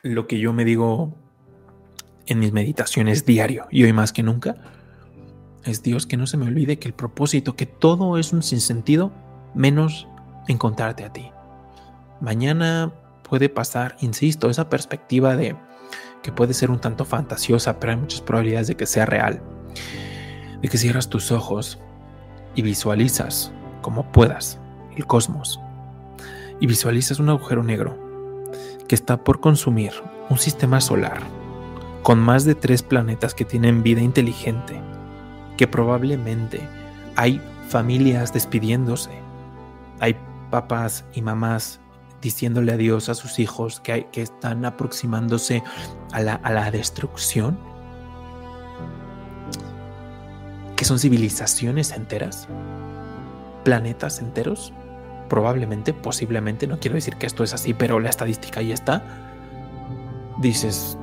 lo que yo me digo en mis meditaciones diario, y hoy más que nunca, es: Dios, que no se me olvide que el propósito, que todo es un sinsentido, menos encontrarte a ti. Mañana puede pasar, insisto, esa perspectiva de que puede ser un tanto fantasiosa, pero hay muchas probabilidades de que sea real, de que cierras tus ojos y visualizas como puedas el cosmos, y visualizas un agujero negro que está por consumir un sistema solar con más de 3 planetas que tienen vida inteligente, que probablemente hay familias despidiéndose, hay papás y mamás diciéndole adiós a sus hijos que están aproximándose a la destrucción, que son civilizaciones enteras, planetas enteros, probablemente, posiblemente, no quiero decir que esto es así, pero la estadística ahí está. Dices,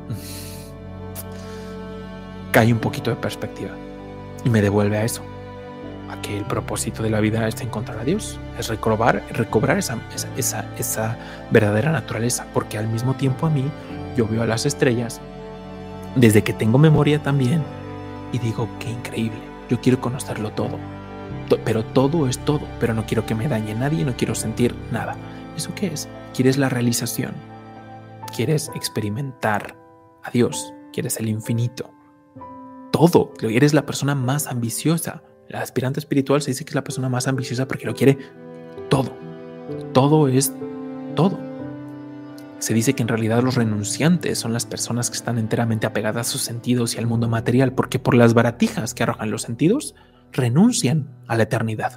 cae un poquito de perspectiva y me devuelve a eso, a que el propósito de la vida es encontrar a Dios, es recobrar esa verdadera naturaleza, porque al mismo tiempo a mí yo veo a las estrellas desde que tengo memoria también y digo, qué increíble, yo quiero conocerlo todo, pero todo es todo, pero no quiero que me dañe nadie, no quiero sentir nada. ¿Eso qué es? ¿Quieres la realización? ¿Quieres experimentar a Dios? ¿Quieres el infinito? Todo, eres la persona más ambiciosa. La aspirante espiritual se dice que es la persona más ambiciosa porque lo quiere todo. Todo es todo. Se dice que en realidad los renunciantes son las personas que están enteramente apegadas a sus sentidos y al mundo material, porque por las baratijas que arrojan los sentidos, renuncian a la eternidad.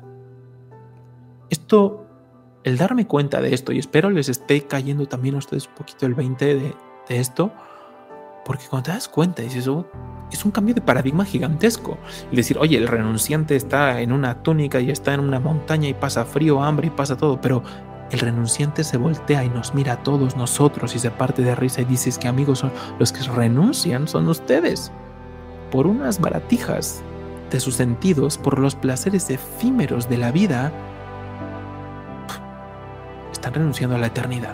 Esto, el darme cuenta de esto, y espero les esté cayendo también a ustedes un poquito el 20 de esto, porque cuando te das cuenta, dices, oh, es un cambio de paradigma gigantesco. Y decir, oye, el renunciante está en una túnica y está en una montaña y pasa frío, hambre y pasa todo, pero el renunciante se voltea y nos mira a todos nosotros y se parte de risa y dices que amigos, son los que renuncian son ustedes, por unas baratijas de sus sentidos, por los placeres efímeros de la vida, están renunciando a la eternidad.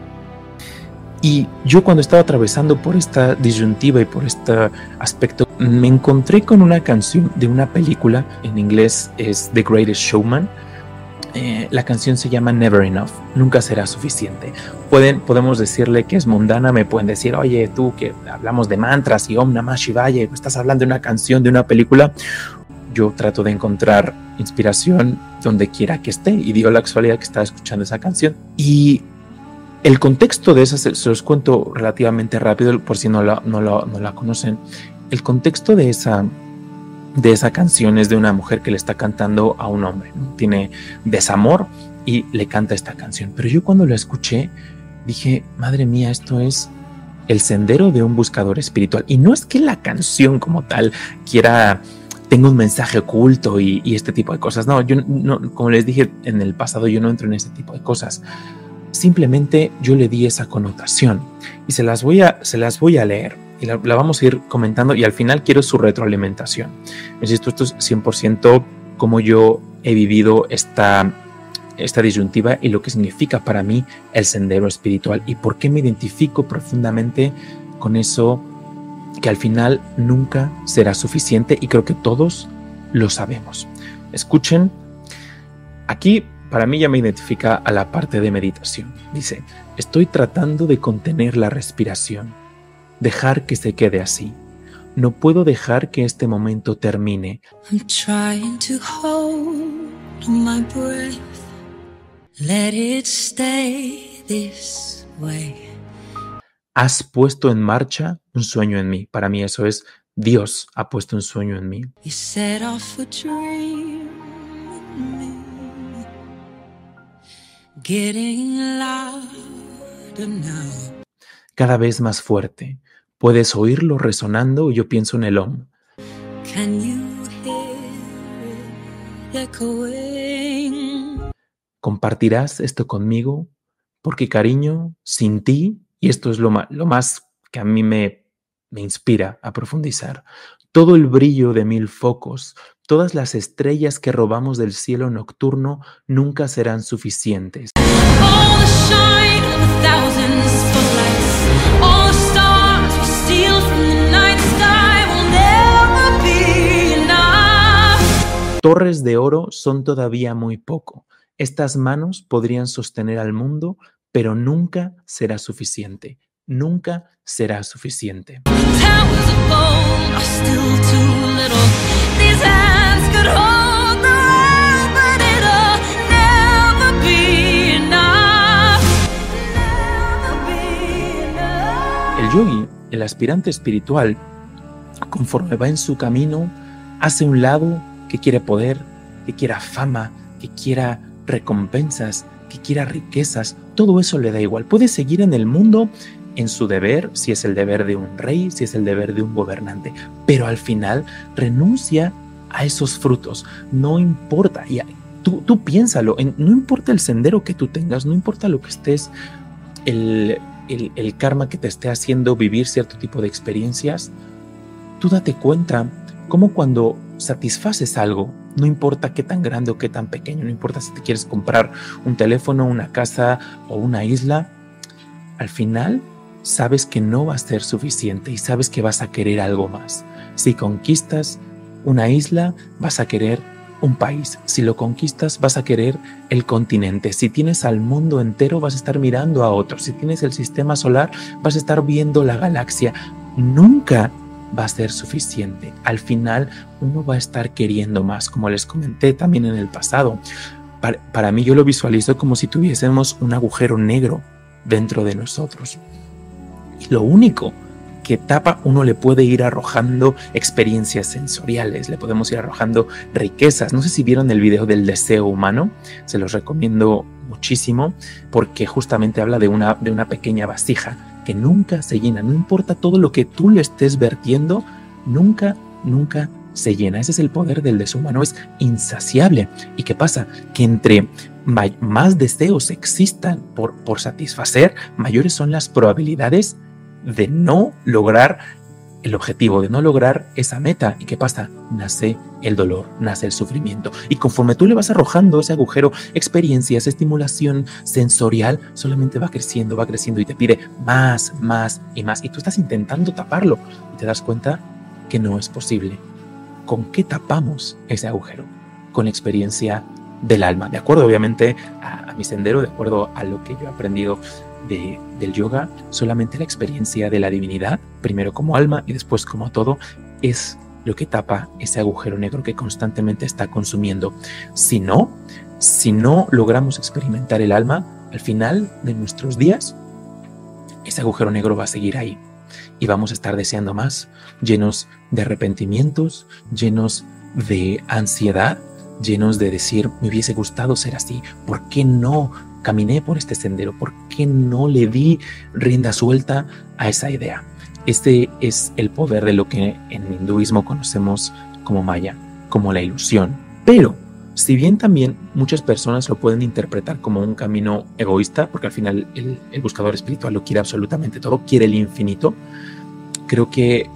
Y yo, cuando estaba atravesando por esta disyuntiva y por este aspecto, me encontré con una canción de una película, en inglés es The Greatest Showman. La canción se llama Never Enough, nunca será suficiente. Podemos decirle que es mundana, me pueden decir, oye, tú que hablamos de mantras y Om Namah Shivaya, estás hablando de una canción, de una película. Yo trato de encontrar inspiración donde quiera que esté, y dio la casualidad que estaba escuchando esa canción. Y el contexto de esa, se los cuento relativamente rápido por si no la conocen. El contexto de esa canción es de una mujer que le está cantando a un hombre, ¿no? Tiene desamor y le canta esta canción. Pero yo, cuando la escuché, dije, madre mía, esto es el sendero de un buscador espiritual. Y no es que la canción como tal tenga un mensaje oculto y este tipo de cosas. No, yo no, como les dije en el pasado, yo no entro en ese tipo de cosas. Simplemente yo le di esa connotación y se las voy a leer y la vamos a ir comentando, y al final quiero su retroalimentación. Insisto, esto es 100% como yo he vivido esta disyuntiva y lo que significa para mí el sendero espiritual y por qué me identifico profundamente con eso, que al final nunca será suficiente, y creo que todos lo sabemos. Escuchen, aquí para mí ya me identifica a la parte de meditación. Dice, estoy tratando de contener la respiración, dejar que se quede así. No puedo dejar que este momento termine. I'm trying to hold my breath. Let it stay this way. Has puesto en marcha un sueño en mí. Para mí eso es, Dios ha puesto un sueño en mí. You set off a dream in me. Getting louder now. Cada vez más fuerte. Puedes oírlo resonando y yo pienso en el Om. Can you hear it echoing? ¿Compartirás esto conmigo? Porque, cariño, sin ti, y esto es lo más que a mí me inspira a profundizar, todo el brillo de 1000 focos, todas las estrellas que robamos del cielo nocturno nunca serán suficientes. All the shine of 1000 spotlights torres de oro son todavía muy poco. Estas manos podrían sostener al mundo, pero nunca será suficiente. Nunca será suficiente. Towers of gold are still too little. These hands could hold the world, but it'll never be enough. Never be enough. El yogi, el aspirante espiritual, conforme va en su camino, hace un lado que quiere poder, que quiera fama, que quiera recompensas, que quiera riquezas. Todo eso le da igual. Puede seguir en el mundo en su deber, si es el deber de un rey, si es el deber de un gobernante, pero al final renuncia a esos frutos. No importa, y tú piénsalo, no importa el sendero que tú tengas, no importa lo que estés, el karma que te esté haciendo vivir cierto tipo de experiencias, tú date cuenta cómo cuando satisfaces algo, no importa qué tan grande o qué tan pequeño, no importa si te quieres comprar un teléfono, una casa o una isla, al final sabes que no va a ser suficiente y sabes que vas a querer algo más. Si conquistas una isla, vas a querer un país. Si lo conquistas, vas a querer el continente. Si tienes al mundo entero, vas a estar mirando a otro. Si tienes el sistema solar, vas a estar viendo la galaxia. Nunca va a ser suficiente. Al final, uno va a estar queriendo más, como les comenté también en el pasado. Para mí, yo lo visualizo como si tuviésemos un agujero negro dentro de nosotros. Y lo único que tapa, uno le puede ir arrojando experiencias sensoriales, le podemos ir arrojando riquezas. No sé si vieron el video del deseo humano, se los recomiendo muchísimo, porque justamente habla de una pequeña vasija que nunca se llena. No importa todo lo que tú le estés vertiendo, nunca se llena. Ese es el poder del deseo humano, es insaciable. ¿Y qué pasa? Que entre más deseos existan por satisfacer, mayores son las probabilidades de no lograr el objetivo, de no lograr esa meta. ¿Y qué pasa? Nace el dolor, nace el sufrimiento. Y conforme tú le vas arrojando ese agujero, experiencias, estimulación sensorial, solamente va creciendo y te pide más y más. Y tú estás intentando taparlo y te das cuenta que no es posible. ¿Con qué tapamos ese agujero? Con la experiencia del alma. De acuerdo, obviamente, a mi sendero, de acuerdo a lo que yo he aprendido del yoga, solamente la experiencia de la divinidad, primero como alma y después como todo, es lo que tapa ese agujero negro que constantemente está consumiendo. Si no logramos experimentar el alma, al final de nuestros días, ese agujero negro va a seguir ahí y vamos a estar deseando más, llenos de arrepentimientos, llenos de ansiedad, llenos de decir, me hubiese gustado ser así, ¿por qué no caminé por este sendero? ¿Por qué no le di rienda suelta a esa idea? Este es el poder de lo que en hinduismo conocemos como Maya, como la ilusión. Pero, si bien también muchas personas lo pueden interpretar como un camino egoísta, porque al final el buscador espiritual lo quiere absolutamente todo, quiere el infinito, creo que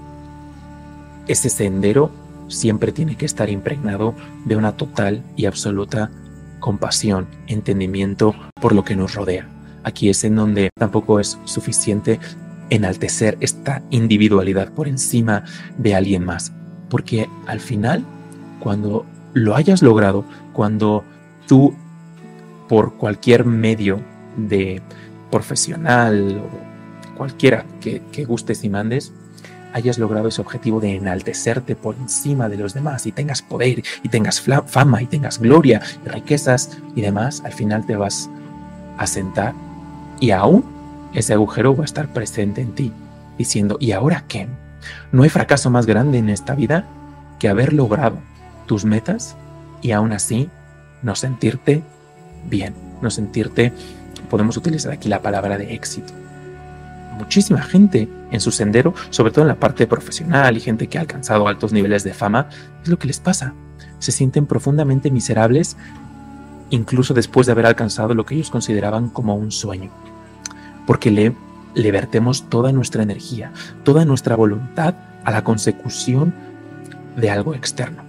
ese sendero siempre tiene que estar impregnado de una total y absoluta compasión, entendimiento por lo que nos rodea. Aquí es en donde tampoco es suficiente enaltecer esta individualidad por encima de alguien más, porque al final, cuando lo hayas logrado, cuando tú por cualquier medio de profesional o cualquiera que gustes y mandes, hayas logrado ese objetivo de enaltecerte por encima de los demás y tengas poder y tengas fama y tengas gloria y riquezas y demás, al final te vas a sentar y aún ese agujero va a estar presente en ti, diciendo, ¿y ahora qué? No hay fracaso más grande en esta vida que haber logrado tus metas y aún así no sentirte bien, no sentirte, podemos utilizar aquí la palabra de éxito. Muchísima gente en su sendero, sobre todo en la parte profesional y gente que ha alcanzado altos niveles de fama, es lo que les pasa. Se sienten profundamente miserables, incluso después de haber alcanzado lo que ellos consideraban como un sueño, porque le vertemos toda nuestra energía, toda nuestra voluntad a la consecución de algo externo.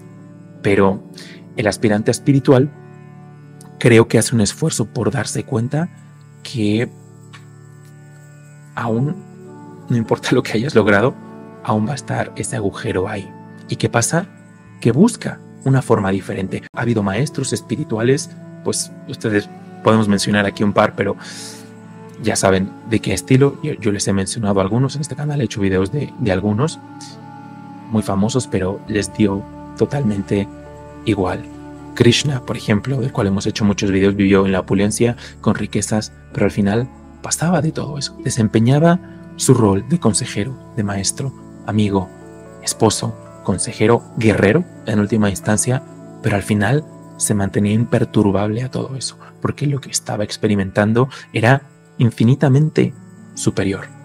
Pero el aspirante espiritual creo que hace un esfuerzo por darse cuenta que aún no importa lo que hayas logrado, aún va a estar ese agujero ahí. ¿Y qué pasa? Que busca una forma diferente. Ha habido maestros espirituales, pues ustedes podemos mencionar aquí un par, pero ya saben de qué estilo. Yo les he mencionado algunos en este canal, he hecho videos de algunos muy famosos, pero les dio totalmente igual. Krishna, por ejemplo, del cual hemos hecho muchos videos, vivió en la opulencia, con riquezas, pero al final pasaba de todo eso. Desempeñaba su rol de consejero, de maestro, amigo, esposo, consejero, guerrero en última instancia, pero al final se mantenía imperturbable a todo eso, porque lo que estaba experimentando era infinitamente superior.